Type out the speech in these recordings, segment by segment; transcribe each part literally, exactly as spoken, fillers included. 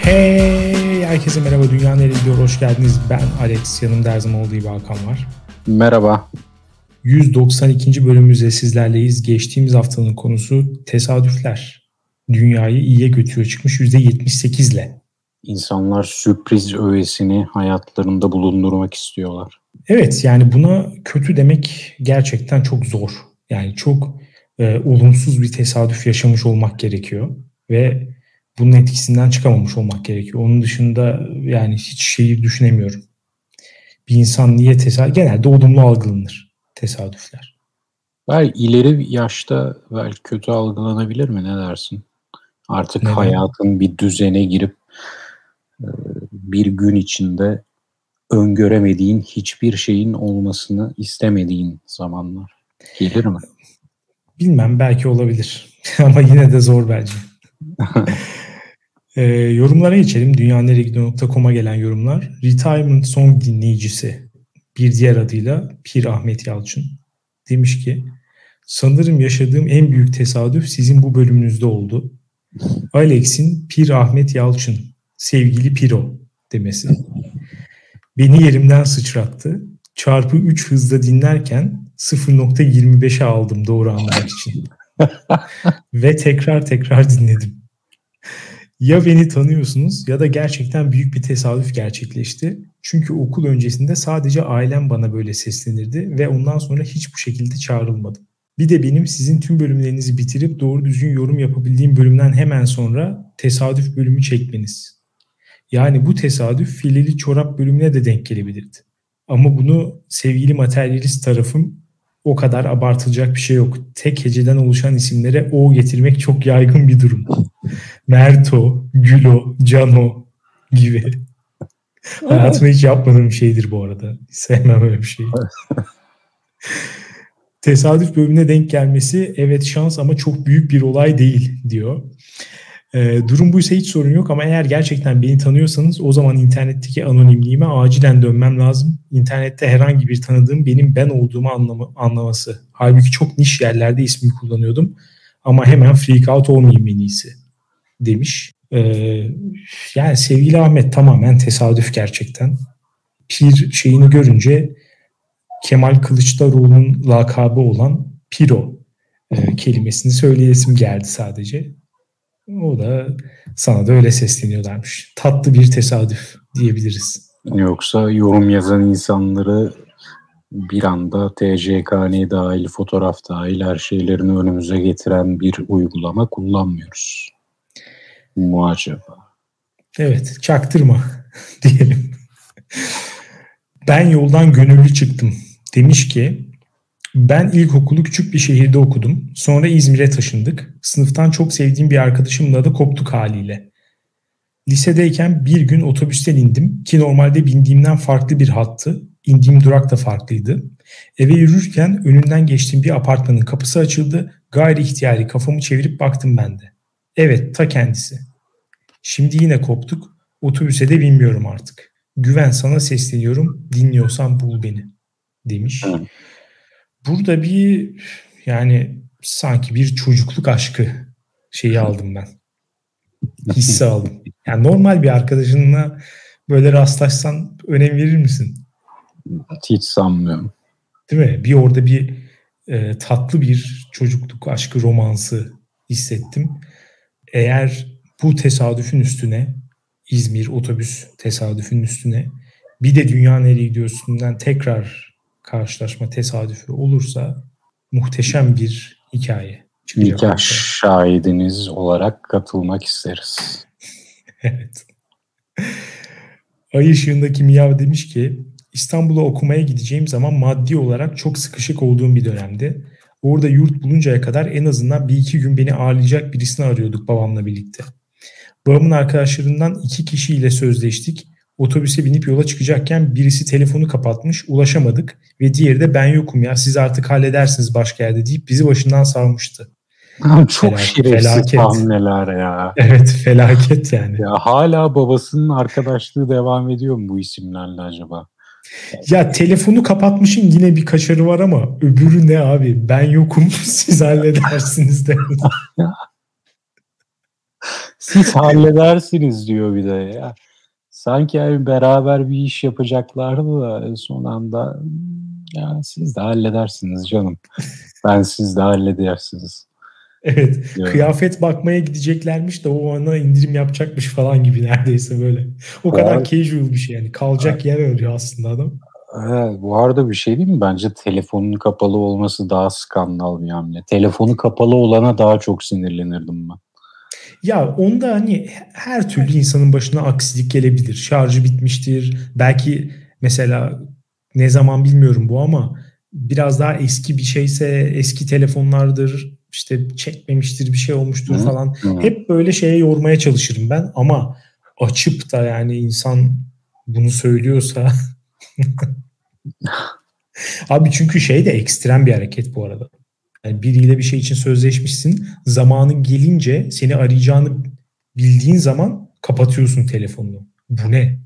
Hey, herkese merhaba. Dünya Nereye Gidiyor? Hoş geldiniz. Ben Alex. Yanımda her zaman olduğu gibi Hakan var. Merhaba. yüz doksan ikinci bölümümüzde sizlerleyiz. Geçtiğimiz haftanın konusu tesadüfler. Dünyayı iyiye götürüyor çıkmış yüzde yetmiş sekiz ile. İnsanlar sürpriz öğesini hayatlarında bulundurmak istiyorlar. Evet, yani buna kötü demek gerçekten çok zor. Yani çok e, olumsuz bir tesadüf yaşamış olmak gerekiyor. Ve bunun etkisinden çıkamamış olmak gerekiyor. Onun dışında yani hiç şeyi düşünemiyorum. Bir insan niye tesadüf... Genelde olumlu algılanır tesadüfler. Belki ileri bir yaşta belki kötü algılanabilir mi? Ne dersin? Artık Neden? hayatın bir düzene girip e, bir gün içinde öngöremediğin hiçbir şeyin olmasını istemediğin zamanlar. Gelir mi? Bilmem, belki olabilir. Ama yine de zor bence. e, yorumlara geçelim. dünyaneregidiyor nokta com'a gelen yorumlar. Retirement Song dinleyicisi, bir diğer adıyla Pir Ahmet Yalçın, demiş ki sanırım yaşadığım en büyük tesadüf sizin bu bölümünüzde oldu. Alex'in Pir Ahmet Yalçın, sevgili Piro demesi beni yerimden sıçrattı. Çarpı üç hızda dinlerken sıfır nokta yirmi beşe aldım doğru anlamak için. Ve tekrar tekrar dinledim. Ya beni tanıyorsunuz ya da gerçekten büyük bir tesadüf gerçekleşti. Çünkü okul öncesinde sadece ailem bana böyle seslenirdi ve ondan sonra hiç bu şekilde çağrılmadım. Bir de benim sizin tüm bölümlerinizi bitirip doğru düzgün yorum yapabildiğim bölümden hemen sonra tesadüf bölümü çekmeniz. Yani bu tesadüf fileli çorap bölümüne de denk gelebilirdi. Ama bunu sevgili materyalist tarafım o kadar abartılacak bir şey yok. Tek heceden oluşan isimlere O getirmek çok yaygın bir durum. Merto, Gülo, Cano gibi. Hayatımda hiç yapmadığım bir şeydir bu arada. Sevmem öyle bir şeyi. Tesadüf bölümüne denk gelmesi evet şans ama çok büyük bir olay değil diyor. E, durum buysa hiç sorun yok ama eğer gerçekten beni tanıyorsanız o zaman internetteki anonimliğime acilen dönmem lazım. İnternette herhangi bir tanıdığım benim ben olduğumu anlama, anlaması. Halbuki çok niş yerlerde ismimi kullanıyordum ama hemen freak out olmayayım en iyisi demiş. E, yani sevgili Ahmet, tamamen tesadüf gerçekten. Pir şeyini görünce Kemal Kılıçdaroğlu'nun lakabı olan Piro e, kelimesini söyleyesim geldi sadece. O da sana da öyle sesleniyorlarmış. Tatlı bir tesadüf diyebiliriz. Yoksa yorum yazan insanları bir anda T C K N dahil, fotoğraf dahil her şeylerini önümüze getiren bir uygulama kullanmıyoruz. Mu acaba? Evet, çaktırma diyelim. Ben yoldan gönüllü çıktım. Demiş ki ben ilkokulu küçük bir şehirde okudum. Sonra İzmir'e taşındık. Sınıftan çok sevdiğim bir arkadaşımla da koptuk haliyle. Lisedeyken bir gün otobüsten indim ki normalde bindiğimden farklı bir hattı. İndiğim durak da farklıydı. Eve yürürken önünden geçtiğim bir apartmanın kapısı açıldı. Gayri ihtiyari kafamı çevirip baktım ben de. Evet, ta kendisi. Şimdi yine koptuk. Otobüse de binmiyorum artık. Güven, sana sesleniyorum. Dinliyorsan bul beni demiş. Hı. Burada bir yani sanki bir çocukluk aşkı şeyi aldım ben. Hissi aldım. Yani normal bir arkadaşınla böyle rastlaşsan önem verir misin? Hiç sanmıyorum. Değil mi? Bir orada bir e, tatlı bir çocukluk aşkı romansı hissettim. Eğer bu tesadüfün üstüne İzmir otobüs tesadüfünün üstüne bir de Dünya Nereye Gidiyorsun'dan tekrar karşılaşma tesadüfü olursa muhteşem bir hikaye çıkacak. Nikah şahidiniz olarak katılmak isteriz. Evet. Ay ışığındaki Miyav demiş ki İstanbul'a okumaya gideceğim zaman maddi olarak çok sıkışık olduğum bir dönemde. Orada yurt buluncaya kadar en azından bir iki gün beni ağırlayacak birisini arıyorduk babamla birlikte. Babamın arkadaşlarından iki kişiyle sözleştik. Otobüse binip yola çıkacakken birisi telefonu kapatmış, ulaşamadık ve diğeri de ben yokum ya siz artık halledersiniz başka yerde deyip bizi başından savmıştı. Çok Felaket, şerefsiz felaket. hamleler ya. Evet, felaket yani. Ya hala babasının arkadaşlığı devam ediyor mu bu isimlerle acaba? Ya telefonu kapatmışın yine bir kaçarı var ama öbürü ne abi? Ben yokum siz halledersiniz de. Siz halledersiniz diyor bir de ya. Sanki yani beraber bir iş yapacaklardı da son anda ya siz de halledersiniz canım. Ben siz de halledersiniz. Evet. Ya. Kıyafet bakmaya gideceklermiş de o ana indirim yapacakmış falan gibi neredeyse böyle. O kadar Var. casual bir şey yani. Kalacak yer arıyor aslında adam. Evet, bu arada bir şey değil mi? Bence telefonun kapalı olması daha skandal bir hamle. Telefonu kapalı olana daha çok sinirlenirdim ben. Ya onda hani her türlü insanın başına aksilik gelebilir. Şarjı bitmiştir. Belki mesela ne zaman bilmiyorum bu ama biraz daha eski bir şeyse eski telefonlardır. İşte çekmemiştir bir şey olmuştur Hı? falan. Hı. Hep böyle şeye yormaya çalışırım ben ama açıp da yani insan bunu söylüyorsa abi çünkü şey de ekstrem bir hareket bu arada. Yani biriyle bir şey için sözleşmişsin. Zamanı gelince seni arayacağını bildiğin zaman kapatıyorsun telefonunu. Bu ne?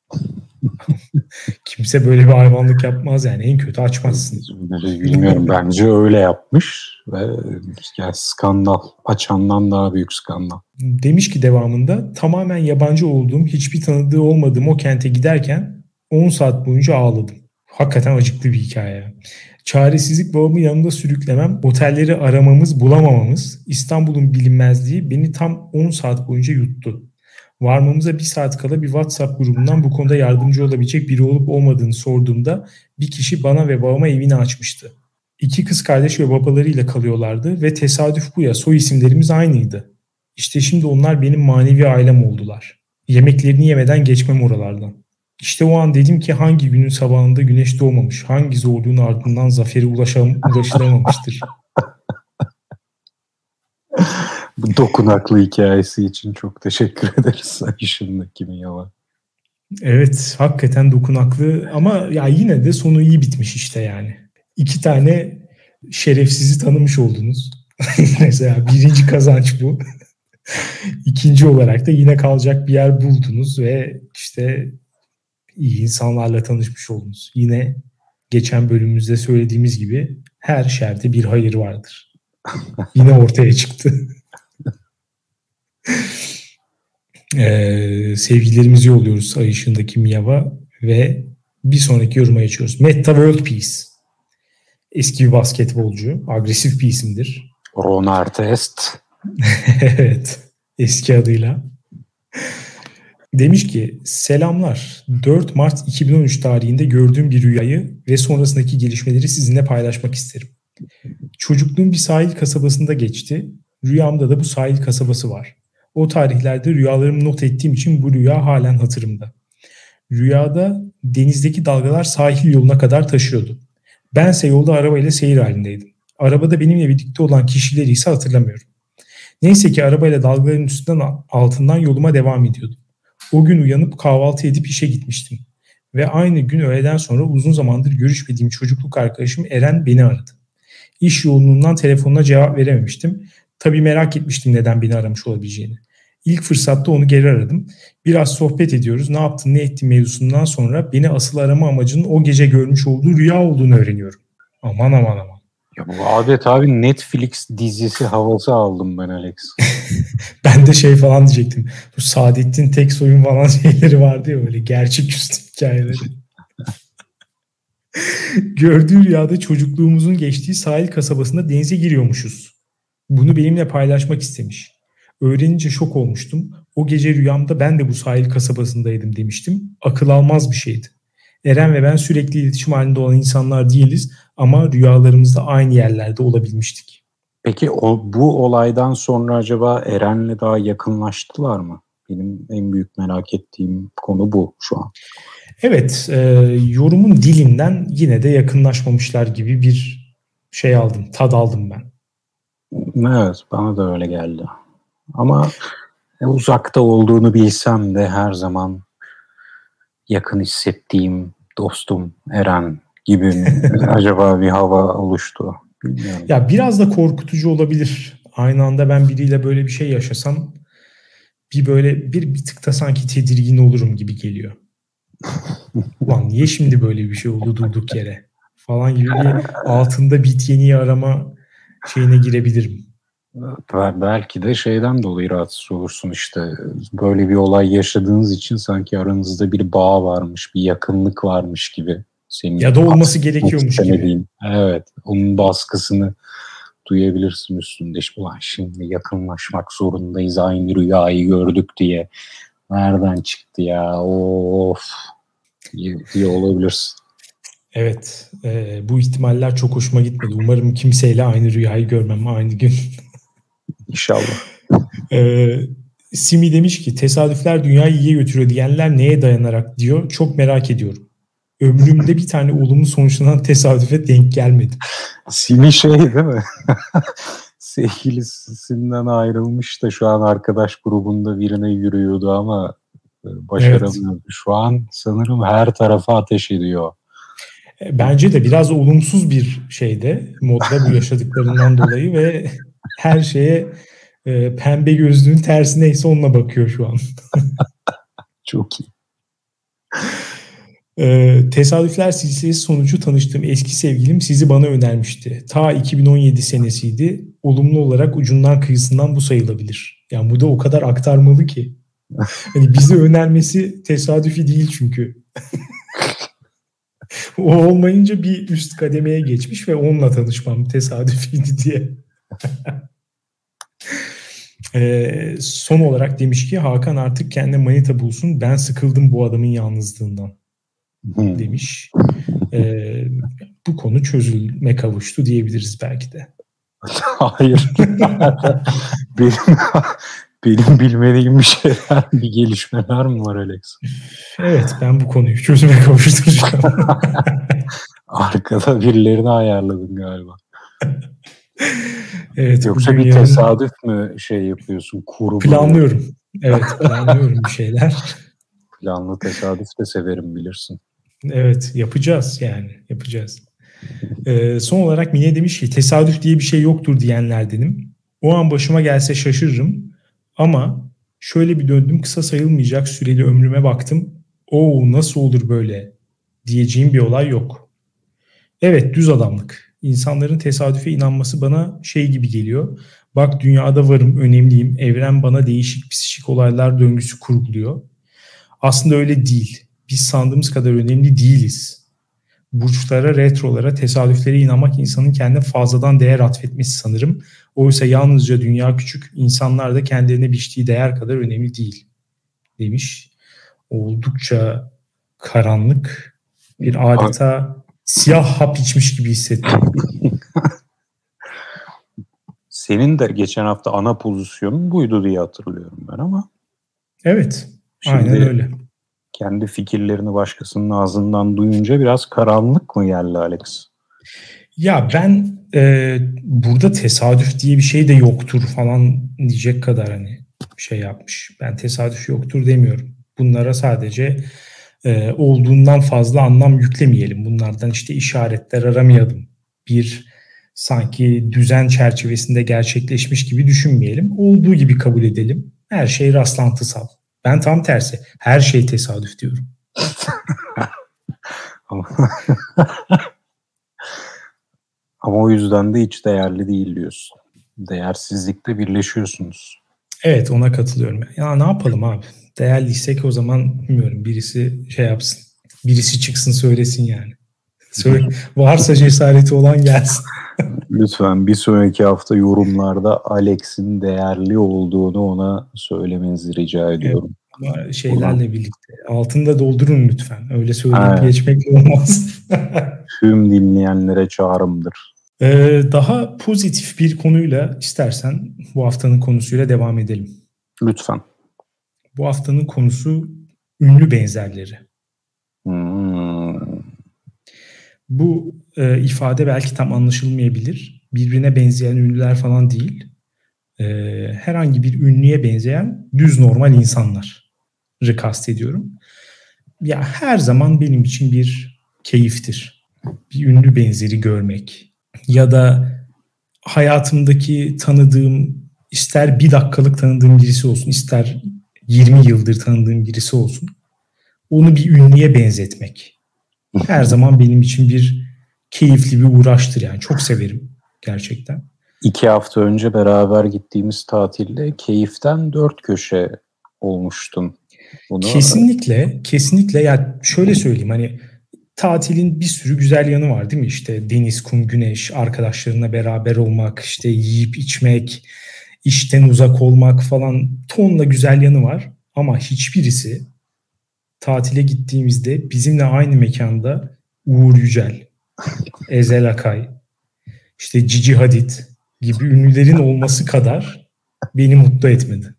Kimse böyle bir hayvanlık yapmaz yani. En kötü açmazsın. Bilmiyorum, bence öyle yapmış ve yani skandal. Açandan daha büyük skandal. Demiş ki devamında tamamen yabancı olduğum, hiçbir tanıdığı olmadığım o kente giderken on saat boyunca ağladım. Hakikaten acıklı bir hikaye. Çaresizlik babamı yanımda sürüklemem, otelleri aramamız, bulamamamız, İstanbul'un bilinmezliği beni tam on saat boyunca yuttu. Varmamıza bir saat kala bir WhatsApp grubundan bu konuda yardımcı olabilecek biri olup olmadığını sorduğumda bir kişi bana ve babama evini açmıştı. İki kız kardeş ve babalarıyla kalıyorlardı ve tesadüf bu ya, soy isimlerimiz aynıydı. İşte şimdi onlar benim manevi ailem oldular. Yemeklerini yemeden geçmem oralardan. İşte o an dedim ki hangi günün sabahında güneş doğmamış, hangi zorluğun ardından zafere ulaşam, ulaşılamamıştır. Bu dokunaklı hikayesi için çok teşekkür ederiz. Işındaki Miyava. Evet, hakikaten dokunaklı ama ya yine de sonu iyi bitmiş işte yani. İki tane şerefsizi tanımış oldunuz. Mesela birinci kazanç bu. İkinci olarak da yine kalacak bir yer buldunuz ve işte iyi insanlarla tanışmış oldunuz. Yine geçen bölümümüzde söylediğimiz gibi her şerde bir hayır vardır. Yine ortaya çıktı. Ee, sevgilerimizi yolluyoruz Ay ışığındaki Miyava ve bir sonraki yoruma geçiyoruz. Metta World Peace. Eski bir basketbolcu. Agresif bir isimdir. Ron Artest. Evet. Eski adıyla. Demiş ki selamlar. dört Mart iki bin on üç tarihinde gördüğüm bir rüyayı ve sonrasındaki gelişmeleri sizinle paylaşmak isterim. Çocukluğum bir sahil kasabasında geçti. Rüyamda da bu sahil kasabası var. O tarihlerde rüyalarımı not ettiğim için bu rüya halen hatırımda. Rüyada denizdeki dalgalar sahil yoluna kadar taşıyordu. Bense yolda arabayla seyir halindeydim. Arabada benimle birlikte olan kişileri ise hatırlamıyorum. Neyse ki arabayla dalgaların üstünden altından yoluma devam ediyordum. O gün uyanıp kahvaltı edip işe gitmiştim. Ve aynı gün öğleden sonra uzun zamandır görüşmediğim çocukluk arkadaşım Eren beni aradı. İş yoğunluğundan telefonuna cevap verememiştim. Tabii merak etmiştim neden beni aramış olabileceğini. İlk fırsatta onu geri aradım. Biraz sohbet ediyoruz. Ne yaptın, ne ettin mevzusundan sonra beni asıl arama amacının o gece görmüş olduğu rüya olduğunu öğreniyorum. Aman aman aman. Ya bu adeta bir Netflix dizisi havası aldım ben Alex. Ben de şey falan diyecektim. Bu Saadettin Teksoy'un falan şeyleri vardı ya böyle gerçeküstü hikayeleri. Gördüğü rüyada çocukluğumuzun geçtiği sahil kasabasında denize giriyormuşuz. Bunu benimle paylaşmak istemiş. Öğrenince şok olmuştum. O gece rüyamda ben de bu sahil kasabasındaydım demiştim. Akıl almaz bir şeydi. Eren ve ben sürekli iletişim halinde olan insanlar değiliz ama rüyalarımızda aynı yerlerde olabilmiştik. Peki o, bu olaydan sonra acaba Eren'le daha yakınlaştılar mı? Benim en büyük merak ettiğim konu bu şu an. Evet, e, yorumun dilinden yine de yakınlaşmamışlar gibi bir şey aldım, tad aldım ben. Evet, bana da öyle geldi. Ama uzakta olduğunu bilsem de her zaman yakın hissettiğim dostum Eren gibi acaba bir hava oluştu. Bilmiyorum. Ya biraz da korkutucu olabilir. Aynı anda ben biriyle böyle bir şey yaşasam bir böyle bir, bir tık da sanki tedirgin olurum gibi geliyor. Ulan niye şimdi böyle bir şey oldu durduk yere falan gibi bir altında bit yeniği arama şeyine girebilirim. Belki de şeyden dolayı rahatsız olursun işte. Böyle bir olay yaşadığınız için sanki aranızda bir bağ varmış, bir yakınlık varmış gibi. Senin ya da olması gerekiyormuş gibi. Evet, onun baskısını duyabilirsin üstünde. İşte, ulan şimdi yakınlaşmak zorundayız, aynı rüyayı gördük diye. Nereden çıktı ya, of diye, diye olabilirsin. Evet, e, bu ihtimaller çok hoşuma gitmedi. Umarım kimseyle aynı rüyayı görmem aynı gün. İnşallah. e, Simi demiş ki tesadüfler dünyayı iyiye götürüyor diyenler neye dayanarak diyor. Çok merak ediyorum. Ömrümde bir tane olumlu sonuçlanan tesadüfe denk gelmedim. Simi şey değil mi? Sevgilisinden ayrılmış da şu an arkadaş grubunda birine yürüyordu ama başaramıyordu. Evet. Şu an sanırım her tarafa ateş ediyor. Bence de biraz olumsuz bir şeyde modda bu yaşadıklarından dolayı ve her şeye e, pembe gözlüğün tersi neyse onunla bakıyor şu an. Çok iyi. E, tesadüfler silsilesi sonucu tanıştığım eski sevgilim sizi bana önermişti. Ta iki bin on yedi senesiydi. Olumlu olarak ucundan kıyısından bu sayılabilir. Yani bu da o kadar aktarmalı ki. Hani bize önermesi tesadüfi değil çünkü. O olmayınca bir üst kademeye geçmiş ve onunla tanışmam tesadüfiydi diye. ee, son olarak demiş ki Hakan artık kendine manita bulsun. Ben sıkıldım bu adamın yalnızlığından demiş. Ee, bu konu çözülme kavuştu diyebiliriz belki de. Hayır. benim, benim bilmediğim bir şeyler, bir gelişmeler mi var Alex? Evet, ben bu konuyu çözüme kavuşturacağım. Arkada birilerini ayarladın galiba. Evet, yoksa bir dünyanın... tesadüf mü şey yapıyorsun? Kurgu planlıyorum. Evet, planlıyorum bir şeyler. Planlı tesadüf de severim bilirsin. Evet, yapacağız yani. Yapacağız. Ee, son olarak Mine demiş ki tesadüf diye bir şey yoktur diyenlerdenim. O an başıma gelse şaşırırım. Ama şöyle bir döndüm, kısa sayılmayacak süreli ömrüme baktım. Oo nasıl olur böyle diyeceğim bir olay yok. Evet, düz adamlık. İnsanların tesadüfe inanması bana şey gibi geliyor. Bak dünyada varım, önemliyim. Evren bana değişik psikik olaylar döngüsü kurguluyor. Aslında öyle değil. Biz sandığımız kadar önemli değiliz. Burçlara, retrolara, tesadüflere inanmak insanın kendine fazladan değer atfetmesi sanırım. Oysa yalnızca dünya küçük, insanlar da kendilerine biçtiği değer kadar önemli değil demiş. Oldukça karanlık, bir adeta siyah hap içmiş gibi hissettim. Senin de geçen hafta ana pozisyonun buydu diye hatırlıyorum ben ama. Evet, aynen öyle. Kendi fikirlerini başkasının ağzından duyunca biraz karanlık mı geldi Alex? Ya ben e, burada tesadüf diye bir şey de yoktur falan diyecek kadar hani şey yapmış. Ben tesadüf yoktur demiyorum. Bunlara sadece e, olduğundan fazla anlam yüklemeyelim. Bunlardan işte işaretler aramayalım. Bir sanki düzen çerçevesinde gerçekleşmiş gibi düşünmeyelim. Olduğu gibi kabul edelim. Her şey rastlantısal. Ben tam tersi. Her şey tesadüf diyorum. Ama o yüzden de hiç değerli değil diyorsun. Değersizlikte birleşiyorsunuz. Evet, ona katılıyorum. Ya ne yapalım abi? Değerliysek o zaman bilmiyorum birisi şey yapsın. Birisi çıksın söylesin yani. Söyle, varsa cesareti olan gelsin. Lütfen bir sonraki hafta yorumlarda Alex'in değerli olduğunu ona söylemenizi rica ediyorum. Evet, ama şeylerle Ulan. birlikte. Altında doldurun lütfen. Öyle söyleyip evet. geçmekle olmaz. Tüm dinleyenlere çağrımdır. Ee, daha pozitif bir konuyla istersen bu haftanın konusuyla devam edelim. Lütfen. Bu haftanın konusu ünlü benzerleri. Hmm. Bu e, ifade belki tam anlaşılmayabilir. Birbirine benzeyen ünlüler falan değil. E, herhangi bir ünlüye benzeyen düz normal insanları kastediyorum. Ya her zaman benim için bir keyiftir. Bir ünlü benzeri görmek. Ya da hayatımdaki tanıdığım, ister bir dakikalık tanıdığım birisi olsun, ister yirmi yıldır tanıdığım birisi olsun. Onu bir ünlüye benzetmek. Her zaman benim için bir keyifli bir uğraştır yani. Çok severim gerçekten. İki hafta önce beraber gittiğimiz tatilde keyiften dört köşe olmuştun. Bunu... Kesinlikle, kesinlikle. Ya şöyle söyleyeyim, hani tatilin bir sürü güzel yanı var değil mi? İşte deniz, kum, güneş, arkadaşlarınla beraber olmak, işte yiyip içmek, işten uzak olmak falan, tonla güzel yanı var. Ama hiçbirisi tatile gittiğimizde bizimle aynı mekanda Uğur Yücel, Ezel Akay, işte Cici Hadid gibi ünlülerin olması kadar beni mutlu etmedi.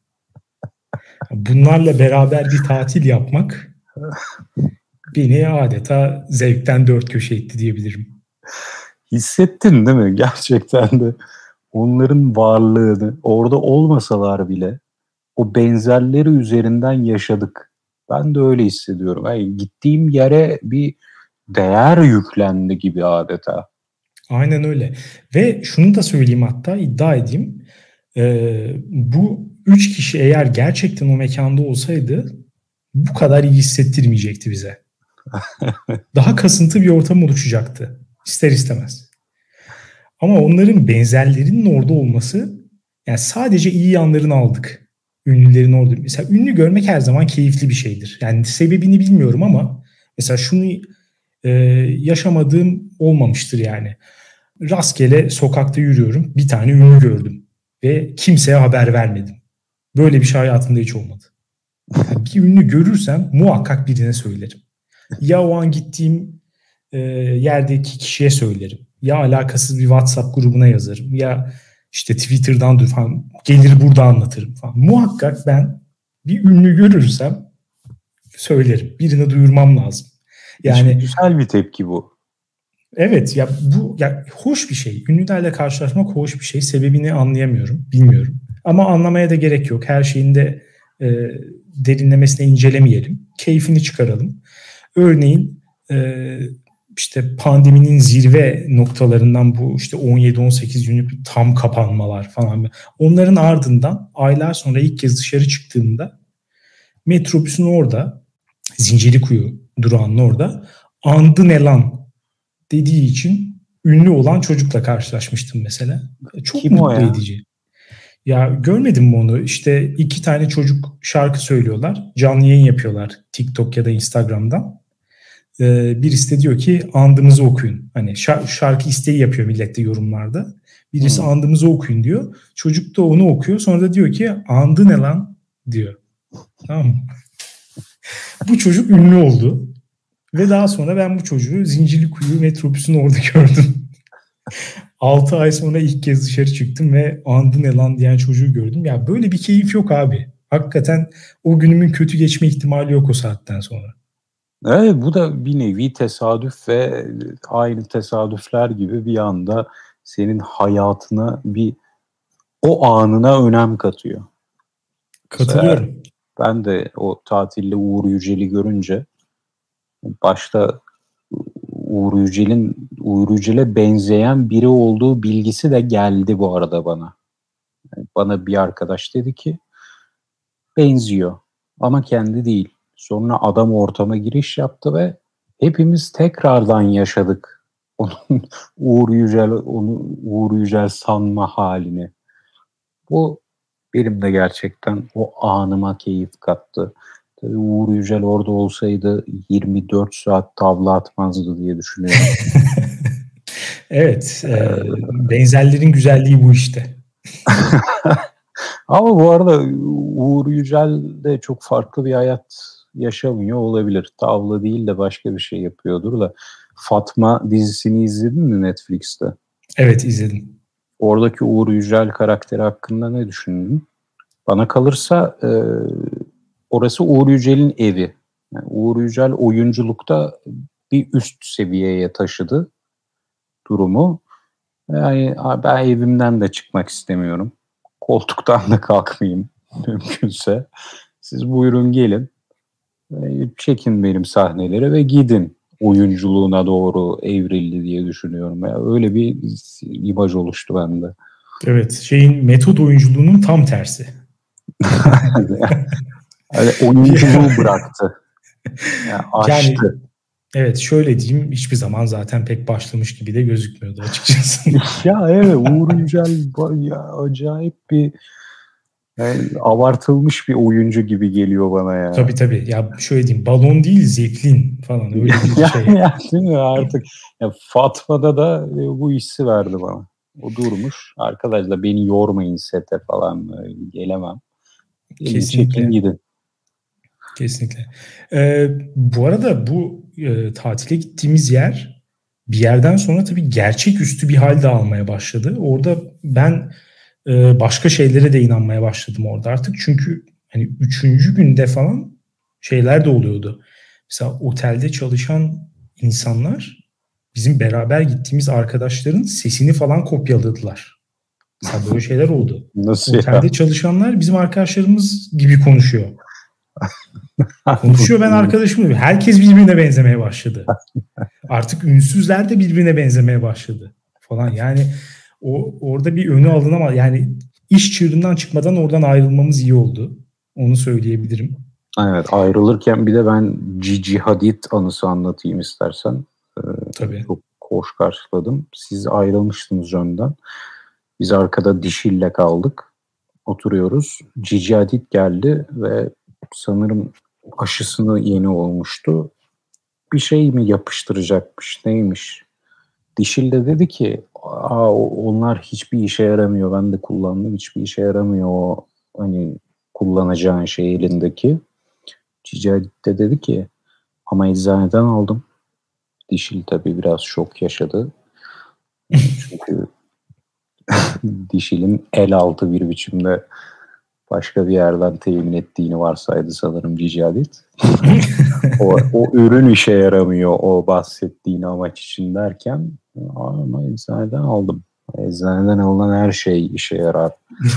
Bunlarla beraber bir tatil yapmak beni adeta zevkten dört köşe etti diyebilirim. Hissettin değil mi? Gerçekten de onların varlığını, orada olmasalar bile o benzerleri üzerinden yaşadık. Ben de öyle hissediyorum. Yani gittiğim yere bir değer yüklendi gibi adeta. Aynen öyle. Ve şunu da söyleyeyim, hatta iddia edeyim. Ee, bu üç kişi eğer gerçekten o mekanda olsaydı bu kadar iyi hissettirmeyecekti bize. Daha kasıntı bir ortam oluşacaktı. İster istemez. Ama onların benzerlerinin orada olması, yani sadece iyi yanlarını aldık. Ünlülerin orada. Mesela ünlü görmek her zaman keyifli bir şeydir. Yani sebebini bilmiyorum ama mesela şunu e, yaşamadığım olmamıştır yani. Rastgele sokakta yürüyorum. Bir tane ünlü gördüm. Ve kimseye haber vermedim. Böyle bir şey hayatımda hiç olmadı. Yani bir ünlü görürsem muhakkak birine söylerim. Ya o an gittiğim e, yerdeki kişiye söylerim. Ya alakasız bir WhatsApp grubuna yazarım. Ya işte Twitter'dan dur falan, gelir burada anlatırım falan. Muhakkak ben bir ünlü görürsem söylerim. Birine duyurmam lazım. Yani hiç güzel bir tepki bu. Evet ya, bu ya hoş bir şey. Ünlülerle karşılaşmak hoş bir şey. Sebebini anlayamıyorum, bilmiyorum. Ama anlamaya da gerek yok. Her şeyin de e, derinlemesine incelemeyelim. Keyfini çıkaralım. Örneğin e, işte pandeminin zirve noktalarından bu işte on yedi on sekiz günlük tam kapanmalar falan. Onların ardından aylar sonra ilk kez dışarı çıktığımda metrobüsün orada, Zincirlikuyu durağının orada, "Andı ne lan?" dediği için ünlü olan çocukla karşılaşmıştım mesela. Çok Kim mutlu edici. Ya görmedim mi onu? İşte iki tane çocuk şarkı söylüyorlar. Canlı yayın yapıyorlar TikTok ya da Instagram'dan. Ee, birisi de diyor ki andımızı okuyun. Hani şarkı isteği yapıyor millet de yorumlarda. Birisi hmm. andımızı okuyun diyor. Çocuk da onu okuyor. Sonra da diyor ki andı ne lan diyor. Tamam mı? Bu çocuk ünlü oldu. Ve daha sonra ben bu çocuğu Zincirlikuyu metrobüsünün orada gördüm. altı ay sonra ilk kez dışarı çıktım ve andı ne lan diyen çocuğu gördüm. Ya böyle bir keyif yok abi. Hakikaten o günümün kötü geçme ihtimali yok o saatten sonra. Evet, bu da bir nevi tesadüf ve aynı tesadüfler gibi bir anda senin hayatına bir o anına önem katıyor. Katılıyorum. Mesela ben de o tatilde Uğur Yücel'i görünce başta Uğur Yücel'in Uğur Yücel'e benzeyen biri olduğu bilgisi de geldi bu arada bana. Yani bana bir arkadaş dedi ki benziyor ama kendi değil. Sonra adam ortama giriş yaptı ve hepimiz tekrardan yaşadık onun Uğur Yücel onu Uğur Yücel sanma halini. Bu benim de gerçekten o anıma keyif kattı. Tabii Uğur Yücel orada olsaydı yirmi dört saat tavla atmazdı diye düşünüyorum. Evet, e, benzerlerin güzelliği bu işte. Ama bu arada Uğur Yücel de çok farklı bir hayat yaşamıyor olabilir. Tavla değil de başka bir şey yapıyordur da. Fatma dizisini izledin mi Netflix'te? Evet, izledim. Oradaki Uğur Yücel karakteri hakkında ne düşündün? Bana kalırsa e, orası Uğur Yücel'in evi. Yani Uğur Yücel oyunculukta bir üst seviyeye taşıdı durumu. Yani ben evimden de çıkmak istemiyorum. Koltuktan da kalkmayayım mümkünse. Siz buyurun gelin. Çekin benim sahneleri ve gidin. Oyunculuğuna doğru evrildi diye düşünüyorum. Yani öyle bir imaj oluştu bende. Evet, şeyin metod oyunculuğunun tam tersi. Yani oyunculuğu bıraktı. Yani açtı. Yani Evet, şöyle diyeyim, hiçbir zaman zaten pek başlamış gibi de gözükmüyordu açıkçası. Ya evet, Uğur Yücel ya, acayip bir yani abartılmış bir oyuncu gibi geliyor bana ya. Tabii tabii. Ya şöyle diyeyim, balon değil zeplin falan öyle bir şey. Yani, yani değil mi artık? Ya Fatma'da da bu hissi verdi bana. O durmuş. Arkadaşlar beni yormayın sete falan. Gelemem. Gelin çekin Kesinlikle. gidin. Kesinlikle. Ee, bu arada bu e, tatile gittiğimiz yer bir yerden sonra tabii gerçeküstü bir hal de almaya başladı. Orada ben e, başka şeylere de inanmaya başladım orada artık. Çünkü hani üçüncü günde falan şeyler de oluyordu. Mesela otelde çalışan insanlar bizim beraber gittiğimiz arkadaşların sesini falan kopyaladılar. Mesela böyle şeyler oldu. Nasıl ya? Otelde çalışanlar bizim arkadaşlarımız gibi konuşuyor. Konuşuyor, ben arkadaşım. Herkes birbirine benzemeye başladı. Artık ünsüzler de birbirine benzemeye başladı falan. Yani o orada bir önü alınamaz. Yani iş çığırından çıkmadan oradan ayrılmamız iyi oldu. Onu söyleyebilirim. Evet, ayrılırken bir de ben Gigi Hadid anısı anlatayım istersen. Ee, Tabii. Çok hoş karşıladım. Siz ayrılmıştınız önden. Biz arkada dişille kaldık. Oturuyoruz. Gigi Hadid geldi ve sanırım aşısını yeni olmuştu. Bir şey mi yapıştıracakmış, neymiş? Dişil de dedi ki, Aa, onlar hiçbir işe yaramıyor. Ben de kullandım, hiçbir işe yaramıyor o hani kullanacağın şey elindeki. Gigi Hadid de dedi ki, ama eczaneden aldım. Dişil tabii biraz şok yaşadı. Çünkü Dişil'in el altı bir biçimde başka bir yerden temin ettiğini varsaydı sanırım Gigi Hadid. o, o ürün işe yaramıyor o bahsettiğin amaç için derken, ama eczaneden aldım. Eczaneden alınan her şey işe yarar.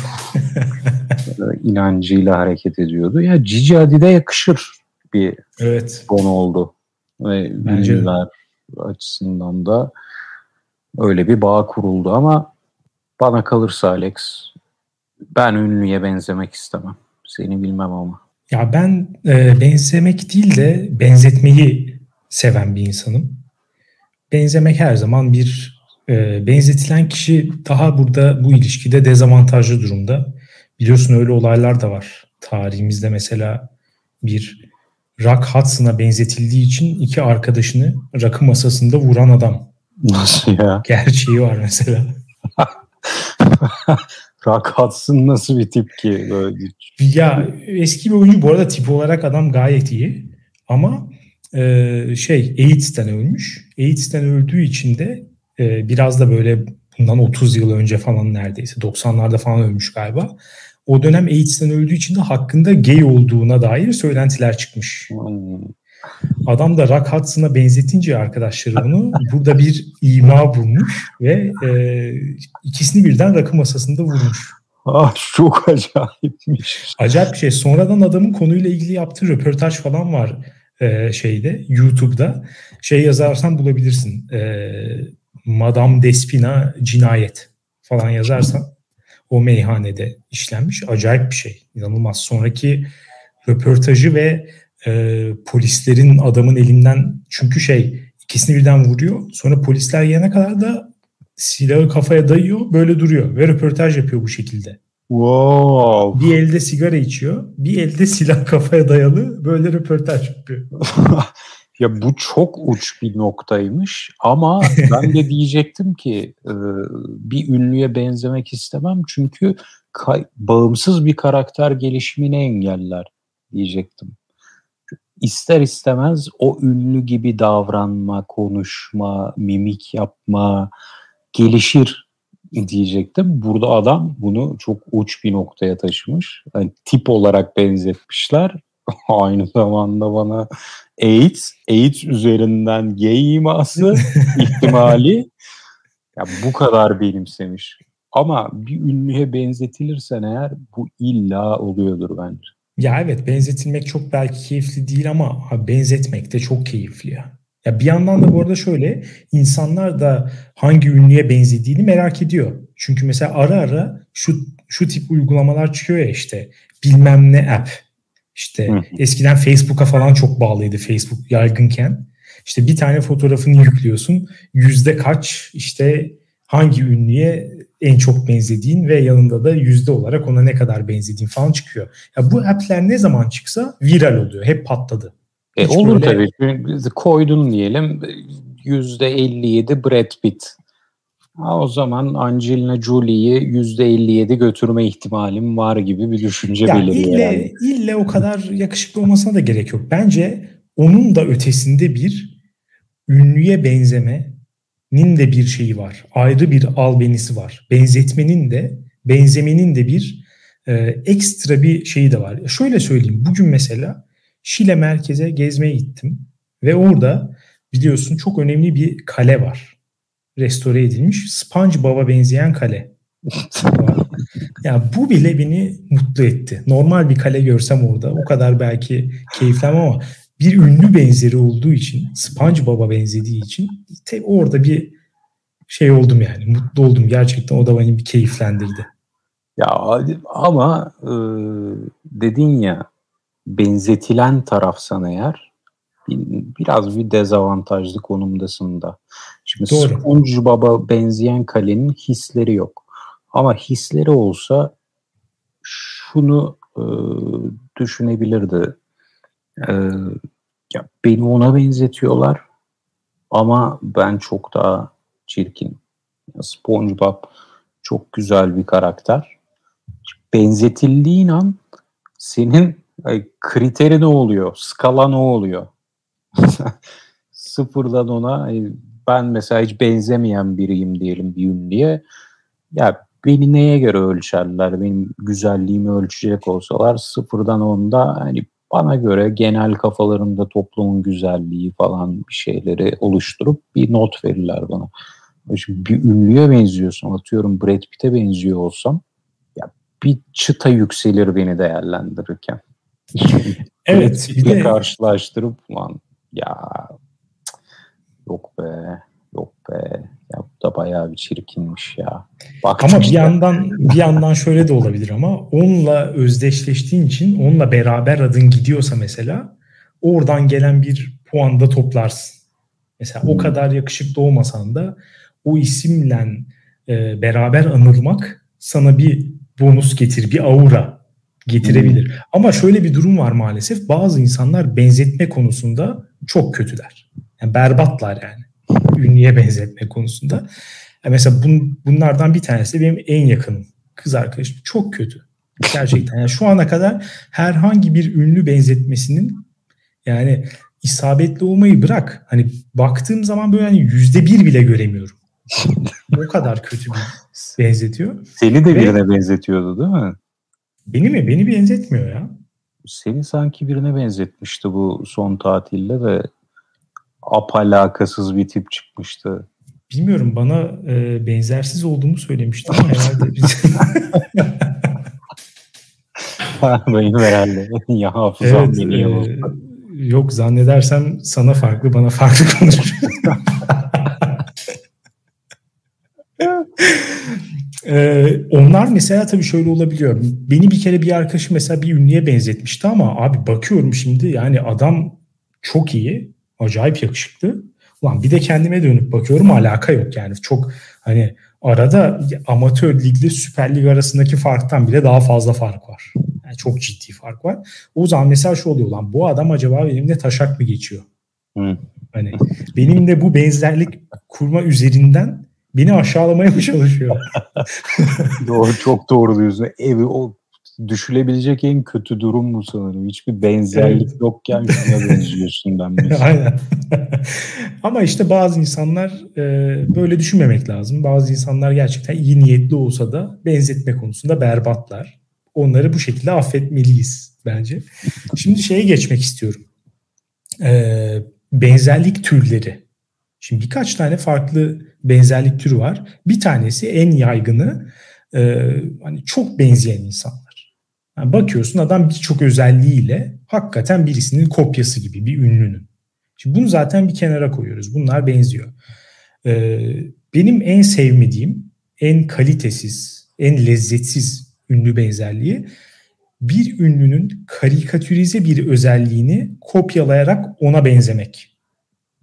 İnancıyla hareket ediyordu. Ya Gigi Hadid'e yakışır bir Evet. konu oldu. Ve ünlüler açısından da öyle bir bağ kuruldu ama bana kalırsa Alex, ben ünlüye benzemek istemem. Seni bilmem ama. Ya ben e, benzemek değil de benzetmeyi seven bir insanım. Benzemek her zaman bir e, benzetilen kişi daha burada bu ilişkide dezavantajlı durumda. Biliyorsun öyle olaylar da var. Tarihimizde mesela bir Rock Hudson'a benzetildiği için iki arkadaşını rakı masasında vuran adam. Nasıl ya? Gerçeği var mesela. Rock Hudson nasıl bir tip ki? Böyle... Ya eski bir oyuncu bu arada, tip olarak adam gayet iyi. Ama e, şey AIDS'ten ölmüş. AIDS'ten öldüğü için de e, biraz da böyle bundan otuz yıl önce falan, neredeyse doksanlarda falan ölmüş galiba. O dönem AIDS'ten öldüğü için de hakkında gay olduğuna dair söylentiler çıkmış. Hmm. Adam da Rock Hudson'a benzetince arkadaşları onu burada bir ima bulmuş ve e, ikisini birden rakı masasında vurmuş. Ah, çok acayipmiş. Acayip bir şey. Sonradan adamın konuyla ilgili yaptığı röportaj falan var e, şeyde, YouTube'da. Şey yazarsan bulabilirsin. E, Madame Despina cinayet falan yazarsan o meyhanede işlenmiş. Acayip bir şey. İnanılmaz. Sonraki röportajı ve e, polislerin adamın elinden, çünkü şey ikisini birden vuruyor. Sonra polisler gelene kadar da silahı kafaya dayıyor. Böyle duruyor ve röportaj yapıyor bu şekilde. Wow. Bir elde sigara içiyor, bir elde silah kafaya dayalı, böyle röportaj yapıyor. Ya bu çok uç bir noktaymış ama ben de diyecektim ki e, bir ünlüye benzemek istemem çünkü kay- bağımsız bir karakter gelişimini engeller diyecektim. İster istemez o ünlü gibi davranma, konuşma, mimik yapma gelişir diyecektim. Burada adam bunu çok uç bir noktaya taşımış. Yani tip olarak benzetmişler. Aynı zamanda bana AIDS, AIDS üzerinden gay iması ihtimali ya bu kadar benimsemiş. Ama bir ünlüye benzetilirsen eğer bu illa oluyordur bence. Ya evet, benzetilmek çok belki keyifli değil ama benzetmek de çok keyifli ya. Ya bir yandan da bu arada şöyle, insanlar da hangi ünlüye benzediğini merak ediyor. Çünkü mesela ara ara şu şu tip uygulamalar çıkıyor ya, işte bilmem ne app. İşte eskiden Facebook'a falan çok bağlıydı, Facebook yaygınken. İşte bir tane fotoğrafını yüklüyorsun. Yüzde kaç işte hangi ünlüye en çok benzediğin ve yanında da yüzde olarak ona ne kadar benzediğin falan çıkıyor. Ya bu app'ler ne zaman çıksa viral oluyor. Hep patladı. E olur böyle... tabii. Koydun diyelim yüzde elli yedi Brad Pitt. Ha, o zaman Angelina Jolie'yi yüzde elli yedi götürme ihtimalim var gibi bir düşünce ya beliriyor ille, yani. İlle o kadar yakışıklı olmasına da gerek yok. Bence onun da ötesinde bir ünlüye benzemenin de bir şeyi var. Ayrı bir albenisi var. Benzetmenin de, benzemenin de bir e, ekstra bir şeyi de var. Şöyle söyleyeyim. Bugün mesela Şile merkeze gezmeye gittim. Ve orada biliyorsun çok önemli bir kale var. Restore edilmiş. SpongeBob'a benzeyen kale. Ya bu bile beni mutlu etti. Normal bir kale görsem orada o kadar belki keyiflenmem ama bir ünlü benzeri olduğu için, SpongeBob'a benzediği için orada bir şey oldum yani. Mutlu oldum gerçekten. O da beni bir keyiflendirdi. Ya ama e, dedin ya benzetilen tarafsan eğer biraz bir dezavantajlı konumdasın da. Şimdi Doğru. SpongeBob'a benzeyen kalenin hisleri yok. Ama hisleri olsa şunu e, düşünebilirdi. E, ya beni ona benzetiyorlar ama ben çok daha çirkin. SpongeBob çok güzel bir karakter. Benzetildiğin an senin ay, kriteri ne oluyor? Skala ne oluyor? Sıfırdan ona ben mesela hiç benzemeyen biriyim diyelim bir ünlüye. Ya beni neye göre ölçerler? Benim güzelliğimi ölçecek olsalar sıfırdan onda hani bana göre genel kafalarında toplumun güzelliği falan bir şeyleri oluşturup bir not verirler bana. Şimdi bir ünlüye benziyorsun, atıyorum Brad Pitt'e benziyor olsam ya bir çıta yükselir beni değerlendirirken. Evet, bir de karşılaştırıp lan ya yok be yok be ya bu da bayağı bir çirkinmiş ya. Baktım ama işte. bir yandan bir yandan şöyle de olabilir ama onunla özdeşleştiğin için onunla beraber adın gidiyorsa mesela oradan gelen bir puan da toplarsın. Mesela hmm. o kadar yakışıklı olmasan da o isimle e, beraber anılmak sana bir bonus getir, bir aura getirebilir. Hmm. Ama şöyle bir durum var maalesef. Bazı insanlar benzetme konusunda çok kötüler. Yani berbatlar yani. Ünlüye benzetme konusunda. Yani mesela bun, bunlardan bir tanesi benim en yakın kız arkadaşım. Çok kötü. Gerçekten. Yani şu ana kadar herhangi bir ünlü benzetmesinin yani isabetli olmayı bırak. Hani baktığım zaman böyle hani yüzde bir bile göremiyorum. O kadar kötü bir benzetiyor. Seni de birine Ve, benzetiyordu değil mi? Beni mi? Beni benzetmiyor ya. Seni sanki birine benzetmişti bu son tatilde de apalakasız bir tip çıkmıştı. Bilmiyorum, bana e, benzersiz olduğumu söylemişti ama herhalde benim herhalde ya hafızam evet, beni e, yok zannedersem sana farklı bana farklı konuşuyor. Ee, onlar mesela tabii şöyle olabiliyor. Beni bir kere bir arkadaşım mesela bir ünlüye benzetmişti ama abi bakıyorum şimdi yani adam çok iyi, acayip yakışıklı. Ulan bir de kendime dönüp bakıyorum, alaka yok yani. Çok hani arada amatör ligle Süper Lig arasındaki farktan bile daha fazla fark var. Yani çok ciddi fark var. O zaman mesela şu oluyor, lan bu adam acaba benimle taşak mı geçiyor? Hı. Hani benimle bu benzerlik kurma üzerinden beni aşağılamaya mı çalışıyor? Doğru, çok doğru diyorsun. Evi o düşülebilecek en kötü durum mu sanırım? Hiçbir benzerlik evet. yokken şuna benziyorsun denmesi. Aynen. Ama işte bazı insanlar e, böyle düşünmemek lazım. Bazı insanlar gerçekten iyi niyetli olsa da benzetme konusunda berbatlar. Onları bu şekilde affetmeliyiz bence. Şimdi şeye geçmek istiyorum. E, benzerlik türleri. Şimdi birkaç tane farklı benzerlik türü var. Bir tanesi en yaygını e, hani çok benzeyen insanlar. Yani bakıyorsun adam birçok özelliğiyle hakikaten birisinin kopyası gibi, bir ünlünün. Şimdi bunu zaten bir kenara koyuyoruz. Bunlar benziyor. E, benim en sevmediğim, en kalitesiz, en lezzetsiz ünlü benzerliği bir ünlünün karikatürize bir özelliğini kopyalayarak ona benzemek.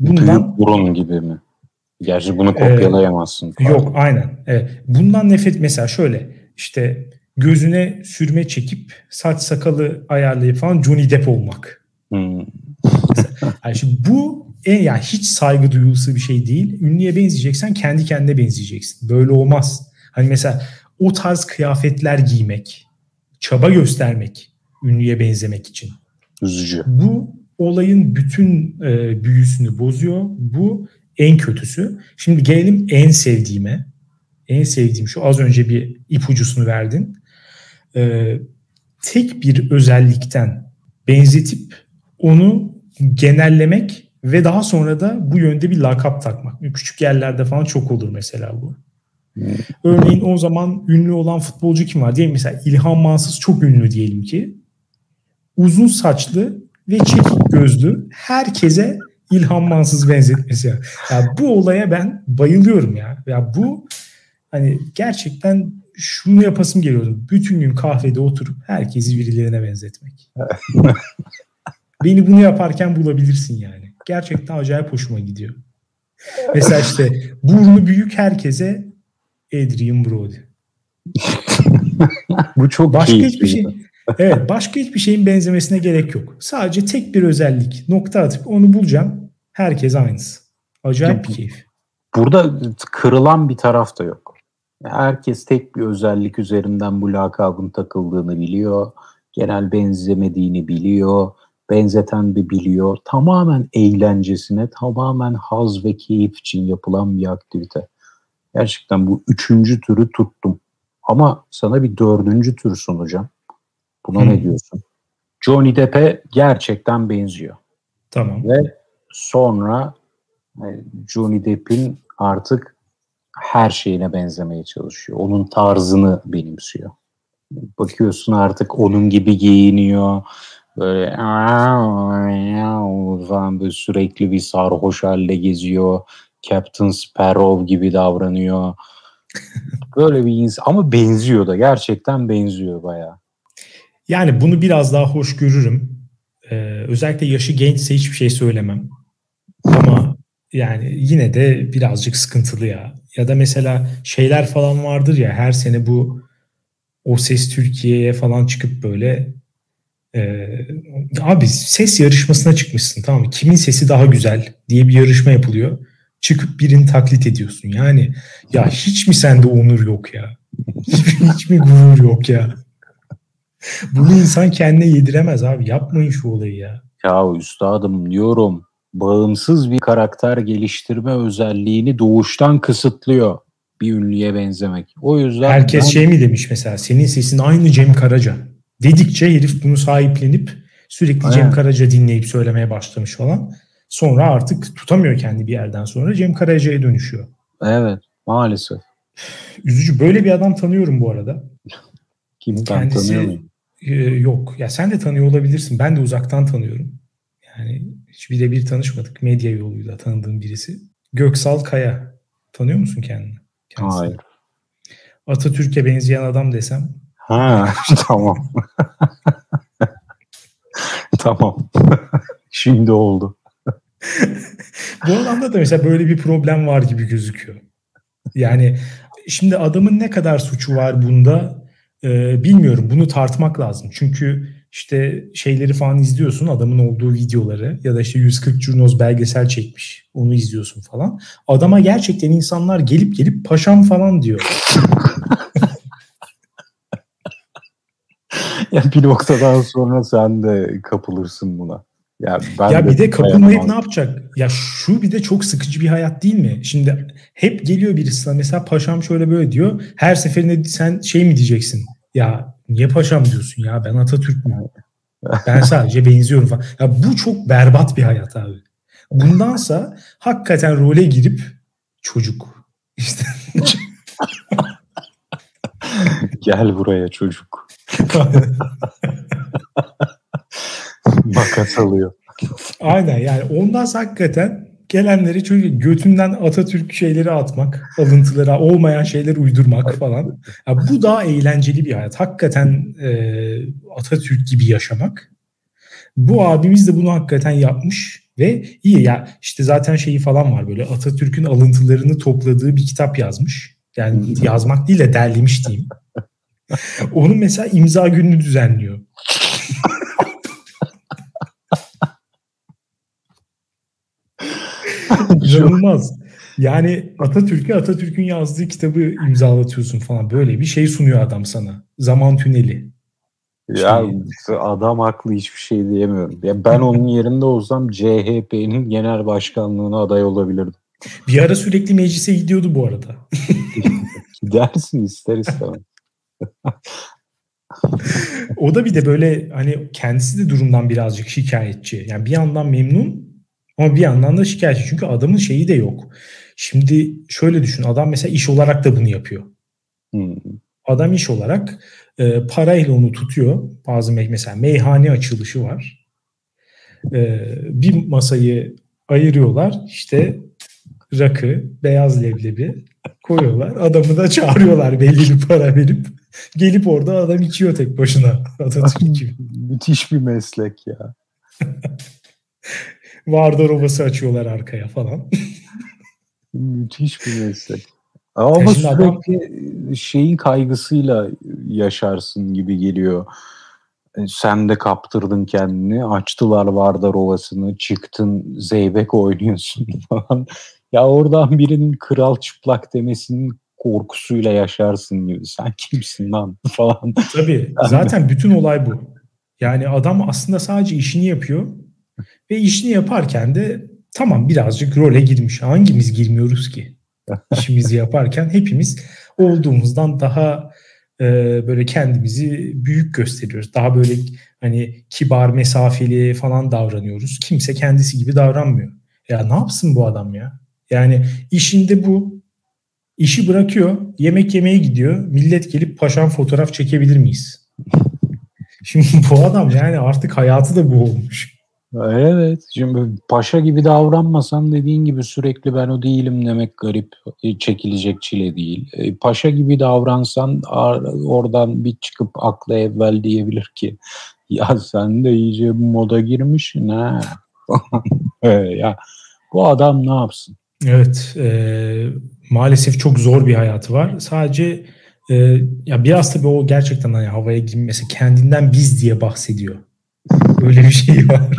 Bundan, büyük burun gibi mi? Gerçi bunu kopyalayamazsın. E, yok aynen. Evet. Bundan nefret mesela şöyle işte gözüne sürme çekip saç sakalı ayarlayıp falan Johnny Depp olmak. Hmm. Yani şimdi bu en yani hiç saygı duyulması bir şey değil. Ünlüye benzeyeceksen kendi kendine benzeyeceksin. Böyle olmaz. Hani mesela o tarz kıyafetler giymek, çaba göstermek ünlüye benzemek için. Üzücü. Bu olayın bütün e, büyüsünü bozuyor. Bu en kötüsü. Şimdi gelelim en sevdiğime. En sevdiğim şu, az önce bir ipucusunu verdin. E, tek bir özellikten benzetip onu genellemek ve daha sonra da bu yönde bir lakap takmak. Küçük yerlerde falan çok olur mesela bu. Örneğin o zaman ünlü olan futbolcu kim var? Diyelim mesela İlhan Mansız çok ünlü diyelim ki. Uzun saçlı ve çekik gözlü, herkese İlhan Mansız benzetmesi. Ya. Ya bu olaya ben bayılıyorum ya. Ya bu hani gerçekten şunu yapasım geliyordu. Bütün gün kahvede oturup herkesi birilerine benzetmek. Beni bunu yaparken bulabilirsin yani. Gerçekten acayip hoşuma gidiyor. Mesela işte burnu büyük herkese Adrien Brody. Bu çok başka hiçbir şey. Evet, başka hiçbir şeyin benzemesine gerek yok. Sadece tek bir özellik, nokta atıp onu bulacağım. Herkes aynısı. Acayip bir keyif. Burada kırılan bir taraf da yok. Herkes tek bir özellik üzerinden bu lakabın takıldığını biliyor. Genel benzemediğini biliyor. Benzeten de biliyor. Tamamen eğlencesine, tamamen haz ve keyif için yapılan bir aktivite. Gerçekten bu üçüncü türü tuttum. Ama sana bir dördüncü tür sunacağım. Buna hmm. ne diyorsun? Johnny Depp'e gerçekten benziyor. Tamam. Ve sonra Johnny Depp'in artık her şeyine benzemeye çalışıyor. Onun tarzını benimsiyor. Bakıyorsun artık onun gibi giyiniyor. Böyle falan böyle sürekli bir sarhoş halde geziyor. Captain Sparrow gibi davranıyor. Böyle bir insan ama benziyor da, gerçekten benziyor bayağı. Yani bunu biraz daha hoş görürüm. Ee, özellikle yaşı gençse hiçbir şey söylemem. Ama yani yine de birazcık sıkıntılı ya. Ya da mesela şeyler falan vardır ya, her sene bu O Ses Türkiye'ye falan çıkıp böyle e, abi ses yarışmasına çıkmışsın, tamam mı? Kimin sesi daha güzel diye bir yarışma yapılıyor. Çıkıp birini taklit ediyorsun. Yani ya hiç mi sende onur yok ya? Hiç, hiç mi gurur yok ya? Bunu insan kendine yediremez abi. Yapmayın şu olayı ya. Ya üstadım diyorum, bağımsız bir karakter geliştirme özelliğini doğuştan kısıtlıyor bir ünlüye benzemek. O yüzden herkes ben... şey mi demiş mesela, senin sesin aynı Cem Karaca dedikçe herif bunu sahiplenip sürekli Aynen. Cem Karaca dinleyip söylemeye başlamış falan. Sonra artık tutamıyor kendi, bir yerden sonra Cem Karaca'ya dönüşüyor. Evet, maalesef. Üzücü. Böyle bir adam tanıyorum bu arada. Kim, ben tanıyor muyum? E, yok. Ya sen de tanıyor olabilirsin. Ben de uzaktan tanıyorum. Yani hiç birebir tanışmadık. Medya yoluyla tanıdığım birisi. Göksal Kaya. Tanıyor musun kendini? Kendisini? Hayır. Atatürk'e benzeyen adam desem. Ha, tamam. Tamam. Şimdi oldu. Bu adamda da mesela böyle bir problem var gibi gözüküyor. Yani şimdi adamın ne kadar suçu var bunda e, bilmiyorum. Bunu tartmak lazım. Çünkü işte şeyleri falan izliyorsun, adamın olduğu videoları ya da işte yüz kırk Curnoz belgesel çekmiş. Onu izliyorsun falan. Adama gerçekten insanlar gelip gelip paşam falan diyor. Ya bir noktadan sonra sen de kapılırsın buna. Ya, ben ya bir de kapılmayıp ne yapacak? Ya şu bir de çok sıkıcı bir hayat değil mi? Şimdi hep geliyor birisi sana mesela paşam şöyle böyle diyor. Her seferinde sen şey mi diyeceksin? Ya niye paşam diyorsun ya? Ben Atatürk müyüm? Ben sadece benziyorum falan. Ya bu çok berbat bir hayat abi. Bundansa hakikaten role girip çocuk işte. Gel buraya çocuk. Makas alıyor. Aynen, yani ondan hakikaten gelenleri çocuk götünden Atatürk şeyleri atmak, alıntıları, olmayan şeyler uydurmak falan. Ya bu daha eğlenceli bir hayat. Hakikaten e, Atatürk gibi yaşamak. Bu abimiz de bunu hakikaten yapmış. Ve iyi ya, işte zaten şeyi falan var, böyle Atatürk'ün alıntılarını topladığı bir kitap yazmış. Yani yazmak değil de derlemiş diyeyim. Onun mesela imza gününü düzenliyor. İnanılmaz. Yani Atatürk'e Atatürk'ün yazdığı kitabı imzalatıyorsun falan. Böyle bir şey sunuyor adam sana. Zaman tüneli. Ya adam haklı, hiçbir şey diyemiyorum. Ya ben onun yerinde olsam C H P'nin genel başkanlığına aday olabilirdim. Bir ara sürekli meclise gidiyordu bu arada. Gidersin ister istemez. O da bir de böyle hani kendisi de durumdan birazcık şikayetçi. Yani bir yandan memnun ama bir yandan da şikayetçi. Çünkü adamın şeyi de yok. Şimdi şöyle düşün, adam mesela iş olarak da bunu yapıyor. Hmm. Adam iş olarak e, parayla onu tutuyor. Bazı mesela meyhane açılışı var. E, bir masayı ayırıyorlar. İşte rakı, beyaz leblebi koyuyorlar. Adamı da çağırıyorlar belli bir para verip. Gelip orada adam içiyor tek başına. Atatürk gibi. Müthiş bir meslek ya. Vardar Ovası açıyorlar arkaya falan. Müthiş bir meslek. Ama sürekli adam şeyin kaygısıyla yaşarsın gibi geliyor. Sen de kaptırdın kendini. Açtılar Vardar Ovası'nı. Çıktın zeybek oynuyorsun falan. Ya oradan birinin kral çıplak demesinin korkusuyla yaşarsın gibi. Sen kimsin lan falan. Tabii. Zaten bütün olay bu. Yani adam aslında sadece işini yapıyor. Ve işini yaparken de tamam birazcık role girmiş. Hangimiz girmiyoruz ki? İşimizi yaparken hepimiz olduğumuzdan daha e, böyle kendimizi büyük gösteriyoruz. Daha böyle hani kibar, mesafeli falan davranıyoruz. Kimse kendisi gibi davranmıyor. Ya ne yapsın bu adam ya? Yani işinde bu. İşi bırakıyor, yemek yemeye gidiyor. Millet gelip paşam fotoğraf çekebilir miyiz? Şimdi bu adam yani artık hayatı da bu olmuş. Evet. Şimdi paşa gibi davranmasan dediğin gibi sürekli ben o değilim demek garip, çekilecek çile değil. Paşa gibi davransan oradan bir çıkıp akla evvel diyebilir ki ya sen de iyice moda girmişsin ha. Ya bu adam ne yapsın? Evet. E, maalesef çok zor bir hayatı var. Sadece e, ya biraz tabii o gerçekten hani havaya girmesi, kendinden biz diye bahsediyor. Öyle bir şey var.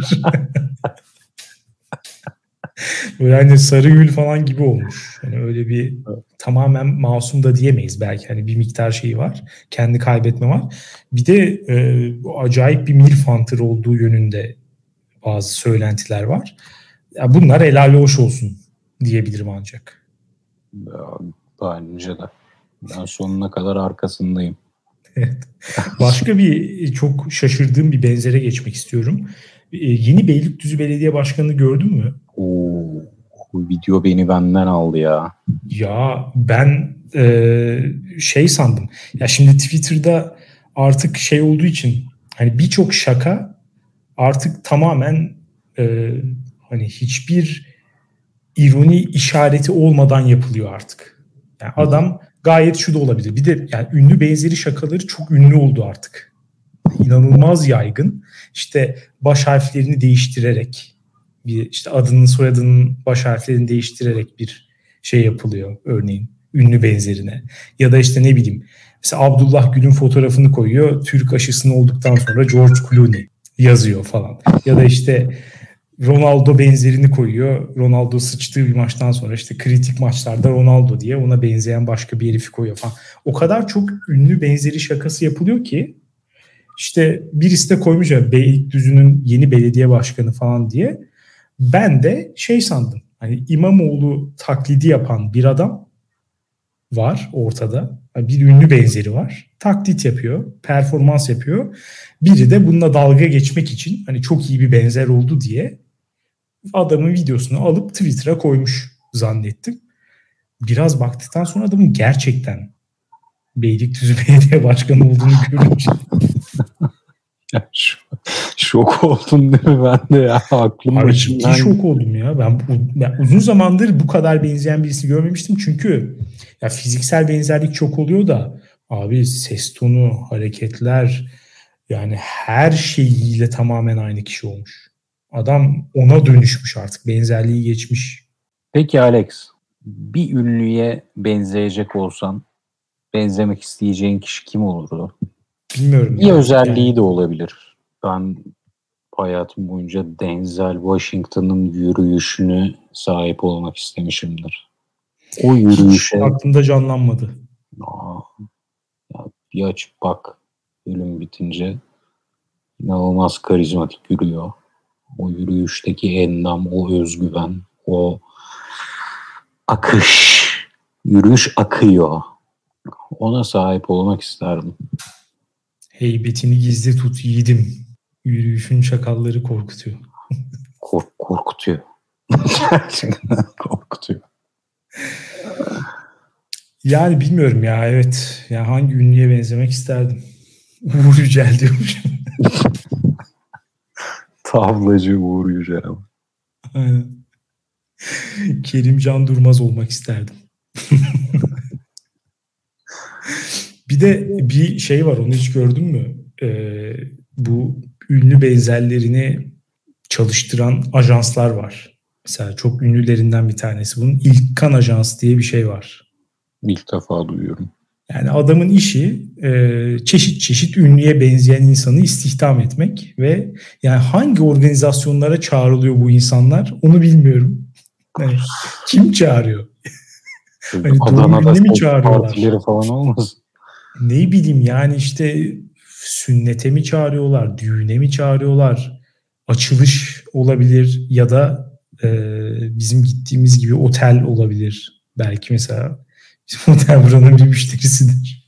Böyle hani Sarıgül falan gibi olmuş. Hani öyle bir tamamen masum da diyemeyiz belki. Hani bir miktar şeyi var. Kendi kaybetme var. Bir de e, acayip bir milf hunter olduğu yönünde bazı söylentiler var. Ya bunlar helal hoş olsun diyebilirim ancak. Bence de. Ben sonuna kadar arkasındayım. Evet. Başka bir çok şaşırdığım bir benzere geçmek istiyorum. Ee, yeni Beylikdüzü Belediye Başkanı'nı gördün mü? Oo, bu video beni benden aldı ya. Ya ben e, şey sandım. Ya şimdi Twitter'da artık şey olduğu için hani birçok şaka artık tamamen e, hani hiçbir ironi işareti olmadan yapılıyor artık. Yani adam gayet şu da olabilir. Bir de yani ünlü benzeri şakaları çok ünlü oldu artık. İnanılmaz yaygın. İşte baş harflerini değiştirerek bir işte adının soyadının baş harflerini değiştirerek bir şey yapılıyor örneğin ünlü benzerine. Ya da işte ne bileyim mesela Abdullah Gül'ün fotoğrafını koyuyor. Türk aşısını olduktan sonra George Clooney yazıyor falan. Ya da işte Ronaldo benzerini koyuyor. Ronaldo sıçtığı bir maçtan sonra işte kritik maçlarda Ronaldo diye ona benzeyen başka bir herifi koyuyor falan. O kadar çok ünlü benzeri şakası yapılıyor ki işte birisi de koymuş ya Beylikdüzü'nün yeni belediye başkanı falan diye. Ben de şey sandım. Hani İmamoğlu taklidi yapan bir adam var ortada. Bir ünlü benzeri var. Taklit yapıyor, performans yapıyor. Biri de bununla dalga geçmek için hani çok iyi bir benzer oldu diye adamın videosunu alıp Twitter'a koymuş zannettim. Biraz baktıktan sonra adamın gerçekten Beylikdüzü Belediye Başkanı olduğunu görünce şok oldum değil mi ben de ya aklım Abi ciddi şok oldum ya. Ben, ben uzun zamandır bu kadar benzeyen birisini görmemiştim. Çünkü ya fiziksel benzerlik çok oluyor da abi ses tonu, hareketler yani her şeyiyle tamamen aynı kişi olmuş. Adam ona dönüşmüş artık. Benzerliği geçmiş. Peki Alex, bir ünlüye benzeyecek olsan benzemek isteyeceğin kişi kim olurdu? Bilmiyorum. Bir yani. özelliği yani. de olabilir. Ben hayatım boyunca Denzel Washington'ın yürüyüşünü sahip olmak istemişimdir. O yürüyüşe... Hiç aklımda canlanmadı. Aa, ya bir açıp bak, ölüm bitince inanılmaz karizmatik yürüyor. O yürüyüşteki endam, o özgüven, o akış, yürüyüş akıyor. Ona sahip olmak isterdim. Heybetini gizli tut yiğidim. Yürüyüşün çakalları korkutuyor. Kork korkutuyor. Gerçekten korkutuyor. Yani bilmiyorum ya, evet. Ya hangi ünlüye benzemek isterdim? Uğur Yücel diyormuşum. Tavlacı Uğur Yücel ama. Aynen. Kerimcan Durmaz olmak isterdim. Bir de bir şey var, onu hiç gördün mü? Ee, bu ünlü benzerlerini çalıştıran ajanslar var. Mesela çok ünlülerinden bir tanesi bunun İlkan Ajans diye bir şey var. İlk defa duyuyorum. Yani adamın işi e, çeşit çeşit ünlüye benzeyen insanı istihdam etmek ve yani hangi organizasyonlara çağrılıyor bu insanlar onu bilmiyorum. Yani kim çağırıyor? Hani Adana'da mi çağırıyorlar? Partileri falan olmaz. Ne bileyim yani işte sünnete mi çağırıyorlar, düğüne mi çağırıyorlar, açılış olabilir ya da e, bizim gittiğimiz gibi otel olabilir. Belki mesela bizim otel buranın bir müşterisidir.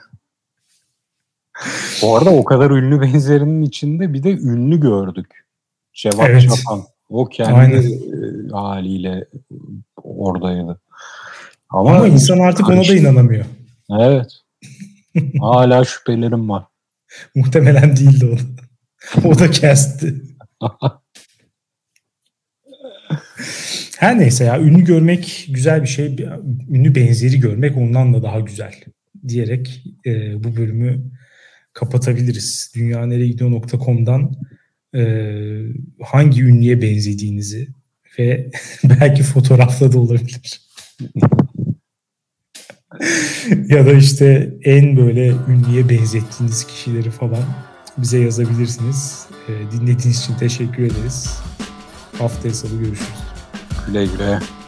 Bu arada o kadar ünlü benzerinin içinde bir de ünlü gördük. Cevat evet. Çapan. O kendi Aynen. haliyle oradaydı. Ama, Ama insan artık karıştı. Ona da inanamıyor. Evet. Hala şüphelerim var. Muhtemelen değildi o. O da kesti. Her neyse ya, ünlü görmek güzel bir şey. Ünlü benzeri görmek ondan da daha güzel diyerek e, bu bölümü kapatabiliriz. dünyaneregidiyor nokta com'dan e, hangi ünlüye benzediğinizi ve belki fotoğrafla da olabilir. Ya da işte en böyle ünlüye benzettiğiniz kişileri falan bize yazabilirsiniz. E, dinlediğiniz için teşekkür ederiz. Haftaya salı görüşürüz. Güle güle.